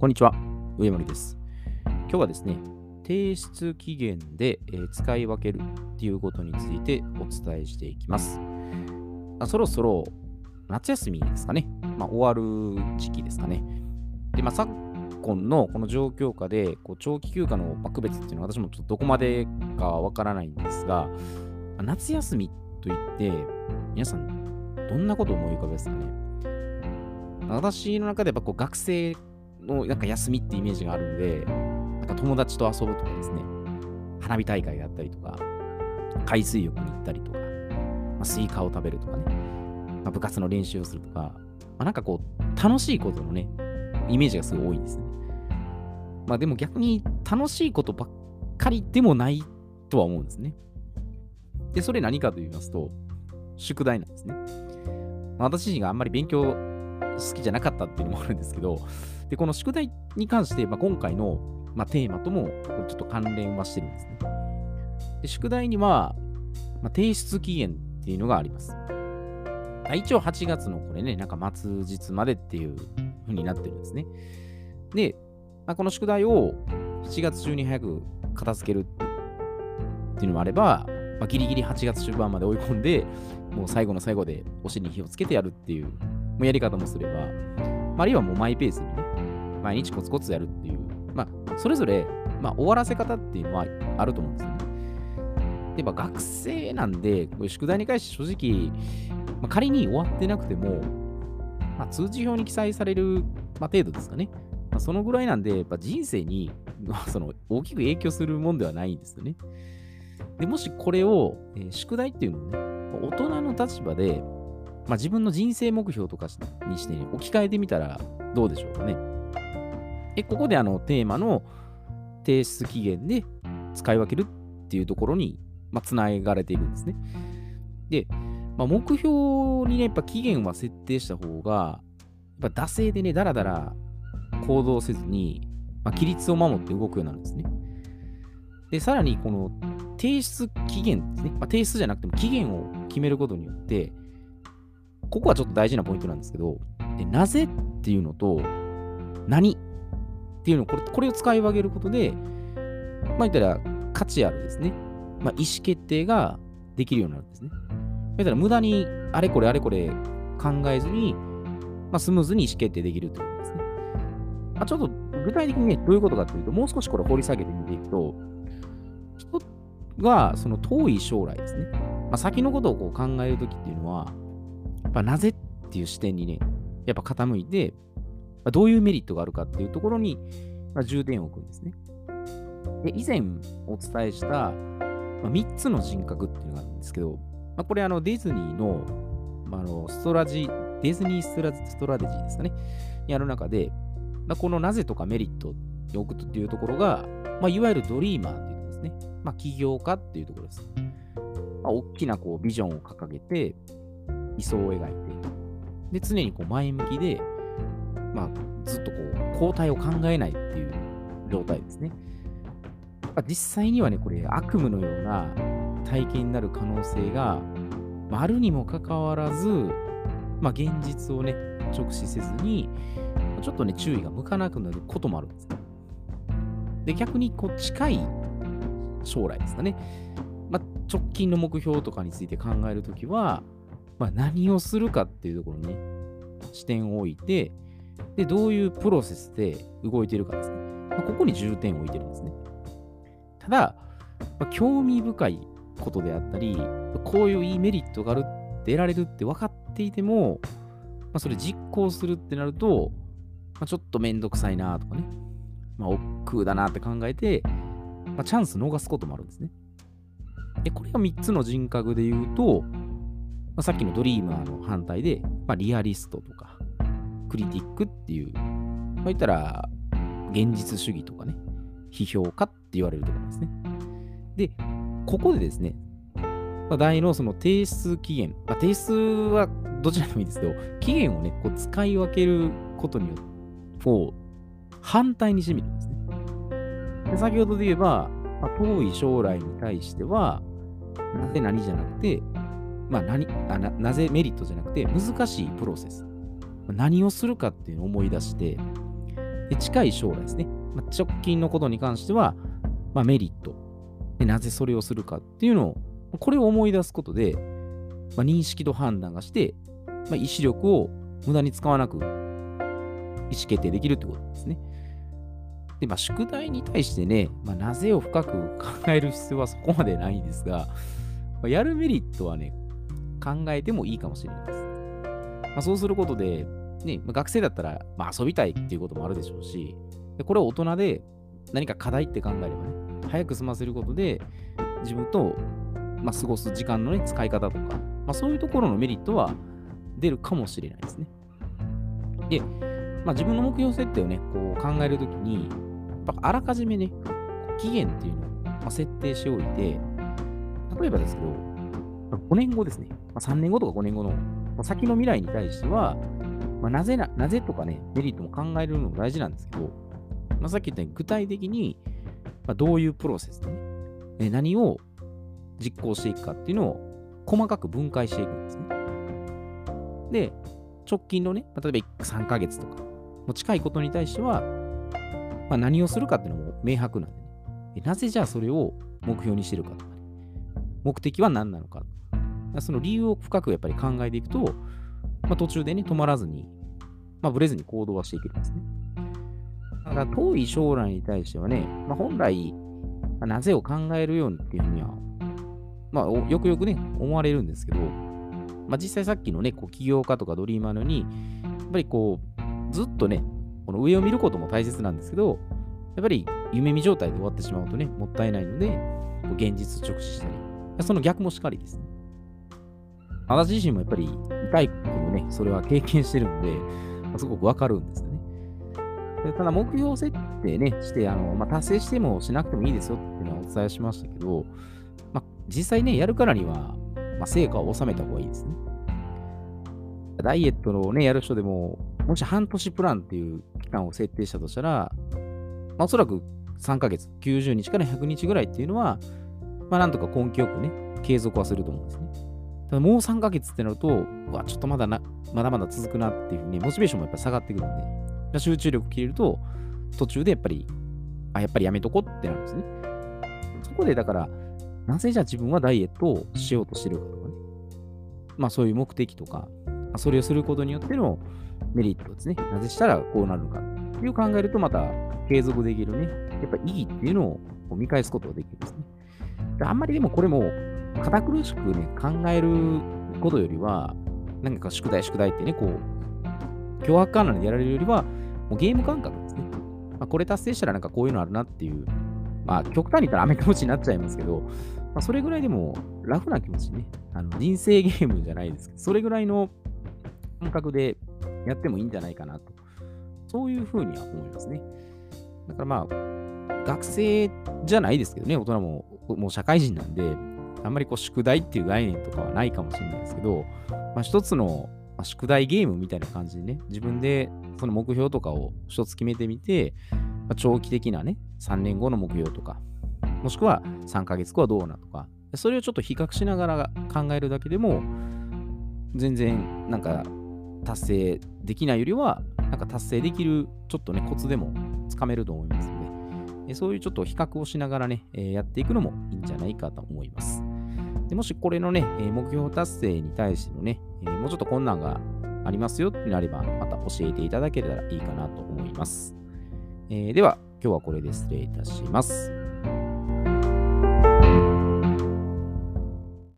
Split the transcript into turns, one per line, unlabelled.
こんにちは、上森です。今日はですね、提出期限で、使い分けるっていうことについてお伝えしていきます。そろそろ夏休みですかね、終わる時期ですかね。で、昨今のこの状況下で、長期休暇の区別っていうのは私もちょっとどこまでかわからないんですが、夏休みといって、皆さん、どんなことを思い浮かべますかね。私の中でやっぱ学生の休みってイメージがあるんで、友達と遊ぶとかですね、花火大会があったりとか、海水浴に行ったりとか、スイカを食べるとかね、部活の練習をするとか、楽しいことのね、イメージがすごい多いんですね。でも逆に楽しいことばっかりでもないとは思うんですね。で、それ何かと言いますと、宿題なんですね。私自身があんまり勉強好きじゃなかったっていうのもあるんですけど、で、この宿題に関して、今回の、テーマともちょっと関連はしてるんですね。で、宿題には、提出期限っていうのがあります。一応8月のこれね、末日までっていう風になってるんですね。で、この宿題を7月中に早く片付けるっていうのもあれば、ギリギリ8月中盤まで追い込んで、もう最後の最後でお尻に火をつけてやるっていう、やり方もすれば、あるいはもうマイペースにね、毎日コツコツやるっていう、それぞれ、終わらせ方っていうのはあると思うんですよね。で、学生なんで、こういう宿題に関して正直、仮に終わってなくても、通知表に記載される、程度ですかね。そのぐらいなんで、人生に大きく影響するもんではないんですよね。で、もしこれを、宿題っていうのをね、大人の立場で、自分の人生目標とかにして、置き換えてみたらどうでしょうかね。ここでテーマの提出期限で使い分けるっていうところに、つながれているんですね。で、目標にね、やっぱ期限は設定した方が、やっぱ惰性でね、だらだら行動せずに、規律を守って動くようになるんですね。で、さらにこの提出期限ですね。提出じゃなくても期限を決めることによって、ここはちょっと大事なポイントなんですけど、なぜっていうのと、何っていうのを、これを使い分けることで、言ったら価値あるですね、意思決定ができるようになるんですね。言ったら無駄にあれこれ考えずに、スムーズに意思決定できるということですね。ちょっと具体的にね、どういうことかというと、もう少しこれ掘り下げてみていくと、人がその遠い将来ですね、先のことを考えるときっていうのは、なぜっていう視点にね、やっぱ傾いて、どういうメリットがあるかっていうところに、重点を置くんですね。で、以前お伝えした、3つの人格っていうのがあるんですけど、これディズニーの、ディズニーストラテジーですかね、やる中で、このなぜとかメリットに置くっていうところが、いわゆるドリーマーっていうのですね、起業家っていうところです。大きなビジョンを掲げて、理想を描いて、で、常に前向きで、ずっと後退を考えないっていう状態ですね。実際にはね、これ悪夢のような体験になる可能性が、あるにもかかわらず、現実をね、直視せずに、ちょっとね、注意が向かなくなることもあるんですね。で、逆に近い将来ですかね。直近の目標とかについて考えるときは、何をするかっていうところにね、視点を置いて、で、どういうプロセスで動いているかですね。ここに重点を置いてるんですね。ただ、興味深いことであったり、こういういいメリットがあるって得られるって分かっていても、それ実行するってなると、ちょっとめんどくさいなとかね、億劫だなって考えて、チャンス逃すこともあるんですね。で、これが3つの人格で言うと、さっきのドリーマーの反対で、リアリストとか、クリティックっていう、言ったら、現実主義とかね、批評家って言われるところですね。で、ここでですね、題のその提出期限、提出はどちらでもいいですけど、期限をね、使い分けることによって、反対にしてみるんですね。で、先ほどで言えば、遠い将来に対しては、なぜ何じゃなくて、なぜメリットじゃなくて、難しいプロセス。何をするかっていうのを思い出して、 で、近い将来ですね。直近のことに関しては、メリット。で、なぜそれをするかっていうのを、これを思い出すことで、認識と判断がして、意思力を無駄に使わなく意思決定できるってことですね。で、宿題に対してね、なぜを深く考える必要はそこまでないんですが、やるメリットはね、考えてもいいかもしれないです。そうすることで、ね、学生だったら、遊びたいっていうこともあるでしょうし、でこれを大人で何か課題って考えればね、早く済ませることで、自分と、過ごす時間のね、使い方とか、そういうところのメリットは出るかもしれないですね。で、自分の目標設定をね、こう考えるときに、あらかじめね、期限っていうのを設定しておいて、例えばですけど、5年後ですね、3年後とか5年後の先の未来に対しては、なぜとかね、メリットも考えるのも大事なんですけど、さっき言ったように具体的に、どういうプロセスでね、何を実行していくかっていうのを細かく分解していくんですね。で、直近のね、例えば3ヶ月とか、近いことに対しては、何をするかっていうのも明白なんでね。なぜじゃあそれを目標にしてるかとか、ね、目的は何なのか。その理由を深くやっぱり考えていくと、途中でね、止まらずに、ブレずに行動はしていけるんですね。だから遠い将来に対してはね、本来、なぜを考えるようにっていうふうには、よくよくね、思われるんですけど、実際さっきのね、起業家とかドリーマーのように、やっぱりずっとね、この上を見ることも大切なんですけど、やっぱり夢見状態で終わってしまうとね、もったいないので、現実直視したり、その逆もしかりですね。私自身もやっぱり痛いこともね、それは経験してるので、すごくわかるんですよね。ただ目標設定ね、して、達成してもしなくてもいいですよっていうのはお伝えしましたけど、実際ね、やるからには、成果を収めた方がいいですね。ダイエットをね、やる人でも、もし半年プランっていう期間を設定したとしたら、おそらく3ヶ月、90日から100日ぐらいっていうのは、なんとか根気よくね、継続はすると思うんですね。ただもう3ヶ月ってなると、ちょっとまだまだ続くなっていうふうに、モチベーションもやっぱり下がってくるんで、集中力切れると、途中でやっぱりやめとこうってなるんですね。そこでだから、なぜじゃあ自分はダイエットをしようとしてるかとかね。そういう目的とか、それをすることによってのメリットですね。なぜしたらこうなるのかっていう考えると、また継続できるね、やっぱ意義っていうのを見返すことができるんですね。あんまりでもこれも、堅苦しくね、考えることよりは、なんか宿題ってね、脅迫観念でやられるよりは、もうゲーム感覚ですね。これ達成したらなんかこういうのあるなっていう、極端に言ったら雨気持ちになっちゃいますけど、それぐらいでもラフな気持ちね、人生ゲームじゃないですけど、それぐらいの感覚でやってもいいんじゃないかなと。そういうふうには思いますね。だから学生じゃないですけどね、大人も、もう社会人なんで、あんまり宿題っていう概念とかはないかもしれないですけど、一つの宿題ゲームみたいな感じでね、自分でその目標とかを一つ決めてみて、長期的なね、3年後の目標とか、もしくは3ヶ月後はどうなとか、それをちょっと比較しながら考えるだけでも、全然なんか達成できないよりは、なんか達成できるちょっとね、コツでもつかめると思いますので、そういうちょっと比較をしながらね、やっていくのもいいんじゃないかと思います。でもしこれのね、目標達成に対してのね、もうちょっと困難がありますよってなれば、また教えていただけたらいいかなと思います。では、今日はこれで失礼いたします。